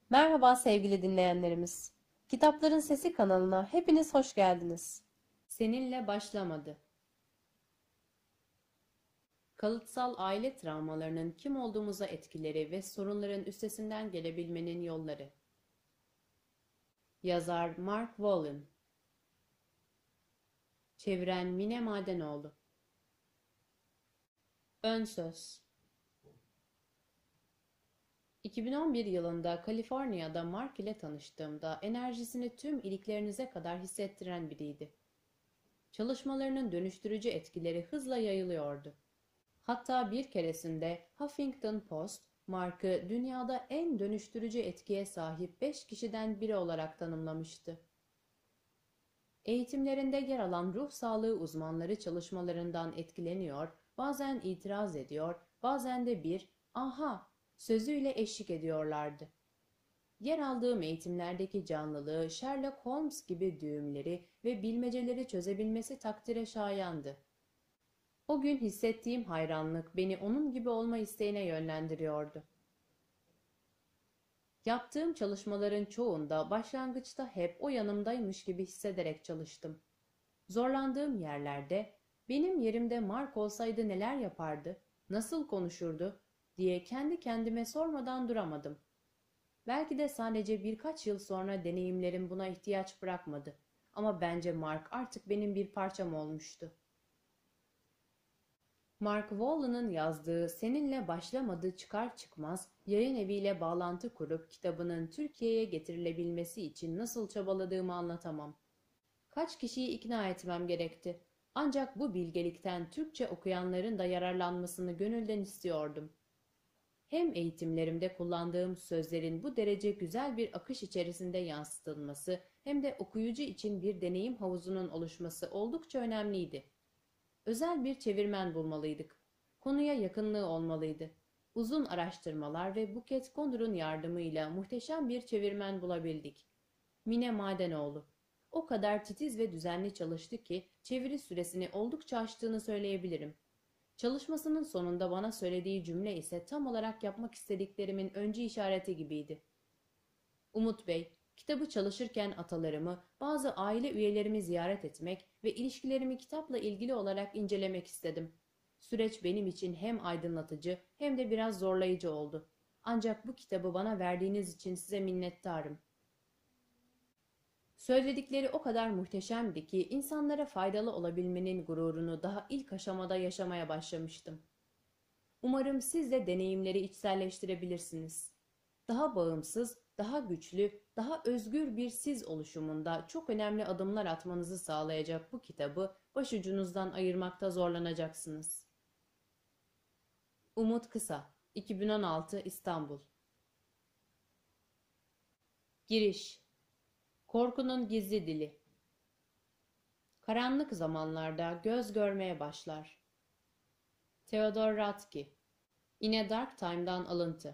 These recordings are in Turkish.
Merhaba sevgili dinleyenlerimiz. Kitapların Sesi kanalına hepiniz hoş geldiniz. Seninle başlamadı. Kalıtsal aile travmalarının kim olduğumuza etkileri ve sorunların üstesinden gelebilmenin yolları. Yazar Mark Wallen. Çeviren Mine Madenoğlu. Ön söz. 2011 yılında Kaliforniya'da Mark ile tanıştığımda enerjisini tüm iliklerinize kadar hissettiren biriydi. Çalışmalarının dönüştürücü etkileri hızla yayılıyordu. Hatta bir keresinde Huffington Post, Mark'ı dünyada en dönüştürücü etkiye sahip 5 kişiden biri olarak tanımlamıştı. Eğitimlerinde yer alan ruh sağlığı uzmanları çalışmalarından etkileniyor, bazen itiraz ediyor, bazen de bir "aha" sözüyle eşlik ediyorlardı. Yer aldığım eğitimlerdeki canlılığı, Sherlock Holmes gibi düğümleri ve bilmeceleri çözebilmesi takdire şayandı. O gün hissettiğim hayranlık beni onun gibi olma isteğine yönlendiriyordu. Yaptığım çalışmaların çoğunda başlangıçta hep o yanımdaymış gibi hissederek çalıştım. Zorlandığım yerlerde benim yerimde Mark olsaydı neler yapardı, nasıl konuşurdu diye kendi kendime sormadan duramadım. Belki de sadece birkaç yıl sonra deneyimlerim buna ihtiyaç bırakmadı. Ama bence Mark artık benim bir parçam olmuştu. Mark Wallen'ın yazdığı Seninle Başlamadı çıkar çıkmaz yayın eviyle bağlantı kurup kitabının Türkiye'ye getirilebilmesi için nasıl çabaladığımı anlatamam. Kaç kişiyi ikna etmem gerekti. Ancak bu bilgelikten Türkçe okuyanların da yararlanmasını gönülden istiyordum. Hem eğitimlerimde kullandığım sözlerin bu derece güzel bir akış içerisinde yansıtılması hem de okuyucu için bir deneyim havuzunun oluşması oldukça önemliydi. Özel bir çevirmen bulmalıydık. Konuya yakınlığı olmalıydı. Uzun araştırmalar ve Buket Kondur'un yardımıyla muhteşem bir çevirmen bulabildik. Mine Madenoğlu. O kadar titiz ve düzenli çalıştı ki çeviri süresini oldukça aştığını söyleyebilirim. Çalışmasının sonunda bana söylediği cümle ise tam olarak yapmak istediklerimin öncü işareti gibiydi. Umut Bey, kitabı çalışırken atalarımı, bazı aile üyelerimi ziyaret etmek ve ilişkilerimi kitapla ilgili olarak incelemek istedim. Süreç benim için hem aydınlatıcı hem de biraz zorlayıcı oldu. Ancak bu kitabı bana verdiğiniz için size minnettarım. Söyledikleri o kadar muhteşemdi ki insanlara faydalı olabilmenin gururunu daha ilk aşamada yaşamaya başlamıştım. Umarım siz de deneyimleri içselleştirebilirsiniz. Daha bağımsız, daha güçlü, daha özgür bir siz oluşumunda çok önemli adımlar atmanızı sağlayacak bu kitabı başucunuzdan ayırmakta zorlanacaksınız. Umut Kısa, 2016 İstanbul. Giriş. Korkunun gizli dili. Karanlık zamanlarda göz görmeye başlar. Theodor Radke. In a Dark Time'dan alıntı.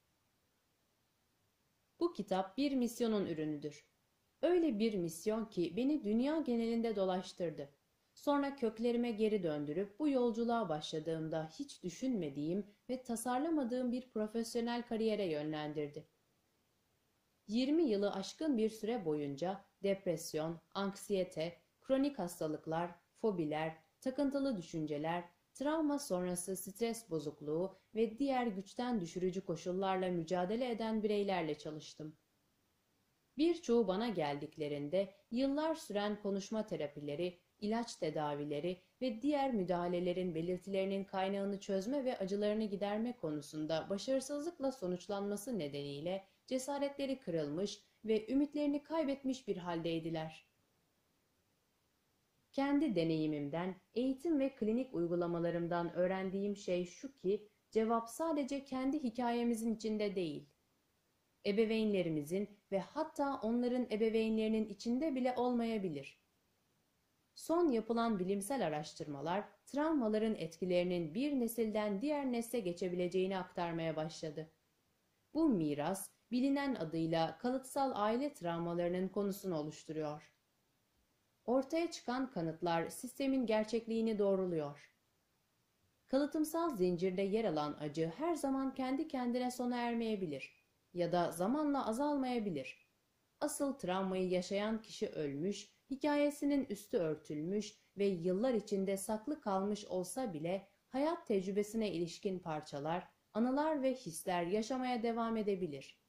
Bu kitap bir misyonun ürünüdür. Öyle bir misyon ki beni dünya genelinde dolaştırdı. Sonra köklerime geri döndürüp bu yolculuğa başladığımda hiç düşünmediğim ve tasarlamadığım bir profesyonel kariyere yönlendirdi. 20 yılı aşkın bir süre boyunca depresyon, anksiyete, kronik hastalıklar, fobiler, takıntılı düşünceler, travma sonrası stres bozukluğu ve diğer güçten düşürücü koşullarla mücadele eden bireylerle çalıştım. Birçoğu bana geldiklerinde yıllar süren konuşma terapileri, ilaç tedavileri ve diğer müdahalelerin belirtilerinin kaynağını çözme ve acılarını giderme konusunda başarısızlıkla sonuçlanması nedeniyle cesaretleri kırılmış ve ümitlerini kaybetmiş bir haldeydiler. Kendi deneyimimden, eğitim ve klinik uygulamalarımdan öğrendiğim şey şu ki, cevap sadece kendi hikayemizin içinde değil, ebeveynlerimizin ve hatta onların ebeveynlerinin içinde bile olmayabilir. Son yapılan bilimsel araştırmalar, travmaların etkilerinin bir nesilden diğer nesle geçebileceğini aktarmaya başladı. Bu miras, bilinen adıyla kalıtsal aile travmalarının konusunu oluşturuyor. Ortaya çıkan kanıtlar sistemin gerçekliğini doğruluyor. Kalıtımsal zincirde yer alan acı her zaman kendi kendine sona ermeyebilir. ya da zamanla azalmayabilir. Asıl travmayı yaşayan kişi ölmüş, hikayesinin üstü örtülmüş ve yıllar içinde saklı kalmış olsa bile hayat tecrübesine ilişkin parçalar, anılar ve hisler yaşamaya devam edebilir.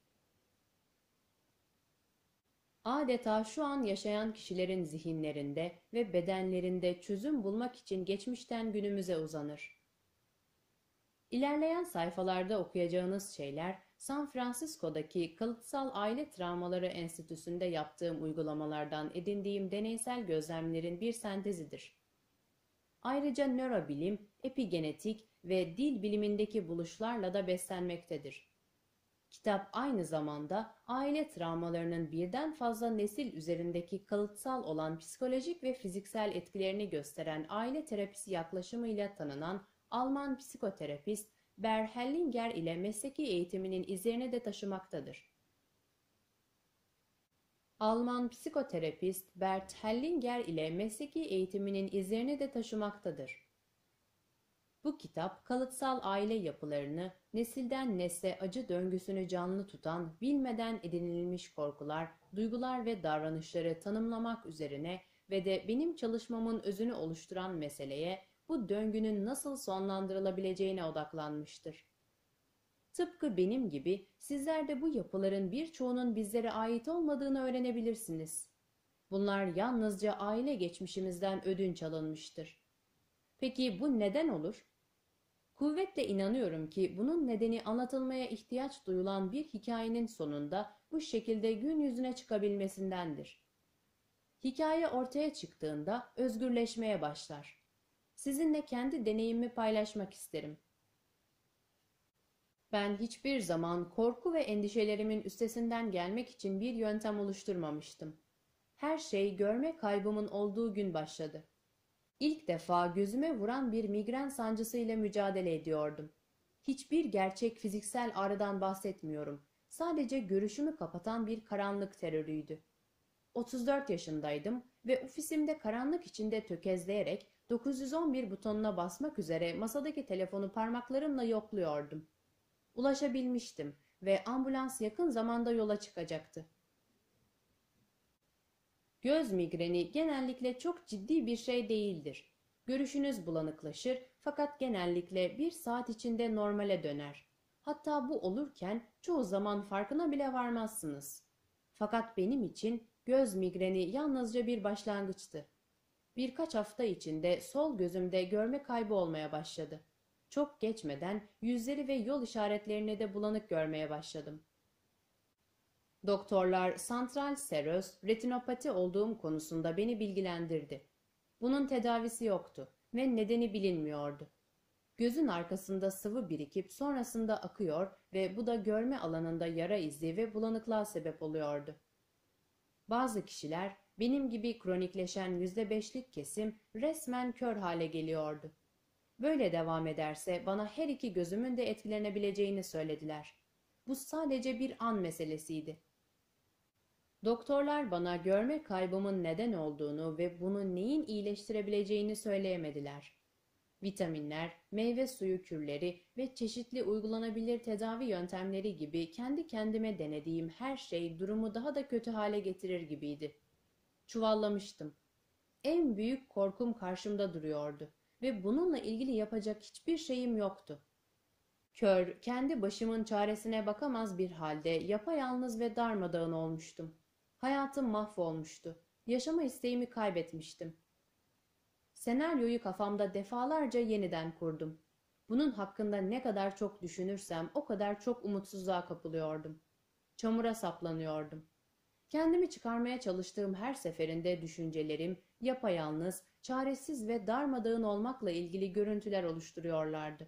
Adeta şu an yaşayan kişilerin zihinlerinde ve bedenlerinde çözüm bulmak için geçmişten günümüze uzanır. İlerleyen sayfalarda okuyacağınız şeyler, San Francisco'daki Kalıtsal Aile Travmaları Enstitüsü'nde yaptığım uygulamalardan edindiğim deneysel gözlemlerin bir sentezidir. Ayrıca nörobilim, epigenetik ve dil bilimindeki buluşlarla da beslenmektedir. Kitap aynı zamanda aile travmalarının birden fazla nesil üzerindeki kalıtsal olan psikolojik ve fiziksel etkilerini gösteren aile terapisi yaklaşımıyla tanınan Alman psikoterapist Bert Hellinger ile mesleki eğitiminin izlerini de taşımaktadır. Alman psikoterapist Bert Hellinger ile mesleki eğitiminin izlerini de taşımaktadır. Bu kitap, kalıtsal aile yapılarını, nesilden nesle acı döngüsünü canlı tutan, bilmeden edinilmiş korkular, duygular ve davranışları tanımlamak üzerine ve de benim çalışmamın özünü oluşturan meseleye, bu döngünün nasıl sonlandırılabileceğine odaklanmıştır. Tıpkı benim gibi sizler de bu yapıların birçoğunun bizlere ait olmadığını öğrenebilirsiniz. Bunlar yalnızca aile geçmişimizden ödünç alınmıştır. Peki bu neden olur? Kuvvetle inanıyorum ki bunun nedeni anlatılmaya ihtiyaç duyulan bir hikayenin sonunda bu şekilde gün yüzüne çıkabilmesindendir. Hikaye ortaya çıktığında özgürleşmeye başlar. Sizinle kendi deneyimimi paylaşmak isterim. Ben hiçbir zaman korku ve endişelerimin üstesinden gelmek için bir yöntem oluşturmamıştım. Her şey görme kaybımın olduğu gün başladı. İlk defa gözüme vuran bir migren sancısıyla mücadele ediyordum. Hiçbir gerçek fiziksel ağrıdan bahsetmiyorum. Sadece görüşümü kapatan bir karanlık terörüydü. 34 yaşındaydım ve ofisimde karanlık içinde tökezleyerek 911 butonuna basmak üzere masadaki telefonu parmaklarımla yokluyordum. Ulaşabilmiştim ve ambulans yakın zamanda yola çıkacaktı. Göz migreni genellikle çok ciddi bir şey değildir. Görüşünüz bulanıklaşır fakat genellikle 1 saat içinde normale döner. Hatta bu olurken çoğu zaman farkına bile varmazsınız. Fakat benim için göz migreni yalnızca bir başlangıçtı. Birkaç hafta içinde sol gözümde görme kaybı olmaya başladı. Çok geçmeden yüzleri ve yol işaretlerini de bulanık görmeye başladım. Doktorlar santral seröz retinopati olduğum konusunda beni bilgilendirdi. Bunun tedavisi yoktu ve nedeni bilinmiyordu. Gözün arkasında sıvı birikip sonrasında akıyor ve bu da görme alanında yara izi ve bulanıklığa sebep oluyordu. Bazı kişiler, benim gibi kronikleşen %5'lik kesim resmen kör hale geliyordu. Böyle devam ederse bana her iki gözümün de etkilenebileceğini söylediler. Bu sadece bir an meselesiydi. Doktorlar bana görme kaybımın neden olduğunu ve bunu neyin iyileştirebileceğini söyleyemediler. Vitaminler, meyve suyu kürleri ve çeşitli uygulanabilir tedavi yöntemleri gibi kendi kendime denediğim her şey durumu daha da kötü hale getirir gibiydi. Çuvallamıştım. En büyük korkum karşımda duruyordu ve bununla ilgili yapacak hiçbir şeyim yoktu. Kör, kendi başımın çaresine bakamaz bir halde yapayalnız ve darmadağın olmuştum. Hayatım mahvolmuştu. Yaşama isteğimi kaybetmiştim. Senaryoyu kafamda defalarca yeniden kurdum. Bunun hakkında ne kadar çok düşünürsem o kadar çok umutsuzluğa kapılıyordum. Çamura saplanıyordum. Kendimi çıkarmaya çalıştığım her seferinde düşüncelerim yapayalnız, çaresiz ve darmadağın olmakla ilgili görüntüler oluşturuyorlardı.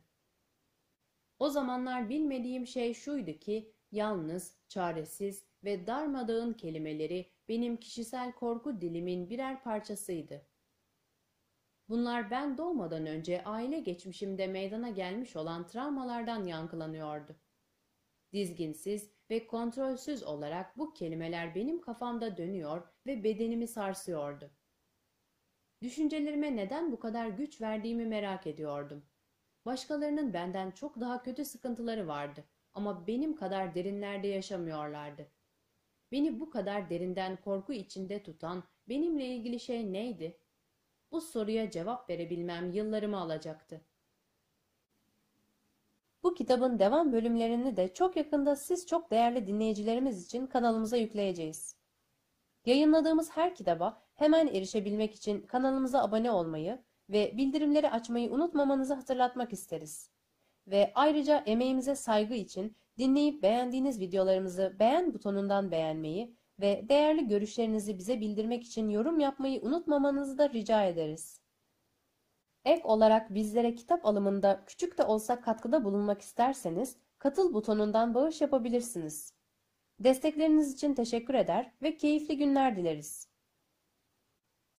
O zamanlar bilmediğim şey şuydu ki, yalnız, çaresiz ve darmadağın kelimeleri benim kişisel korku dilimin birer parçasıydı. Bunlar ben doğmadan önce aile geçmişimde meydana gelmiş olan travmalardan yankılanıyordu. Dizginsiz ve kontrolsüz olarak bu kelimeler benim kafamda dönüyor ve bedenimi sarsıyordu. Düşüncelerime neden bu kadar güç verdiğimi merak ediyordum. Başkalarının benden çok daha kötü sıkıntıları vardı. ama benim kadar derinlerde yaşamıyorlardı. Beni bu kadar derinden korku içinde tutan benimle ilgili şey neydi? Bu soruya cevap verebilmem yıllarımı alacaktı. Bu kitabın devam bölümlerini de çok yakında siz çok değerli dinleyicilerimiz için kanalımıza yükleyeceğiz. Yayınladığımız her kitaba hemen erişebilmek için kanalımıza abone olmayı ve bildirimleri açmayı unutmamanızı hatırlatmak isteriz. Ve ayrıca emeğimize saygı için dinleyip beğendiğiniz videolarımızı beğen butonundan beğenmeyi ve değerli görüşlerinizi bize bildirmek için yorum yapmayı unutmamanızı da rica ederiz. Ek olarak bizlere kitap alımında küçük de olsa katkıda bulunmak isterseniz katıl butonundan bağış yapabilirsiniz. Destekleriniz için teşekkür eder ve keyifli günler dileriz.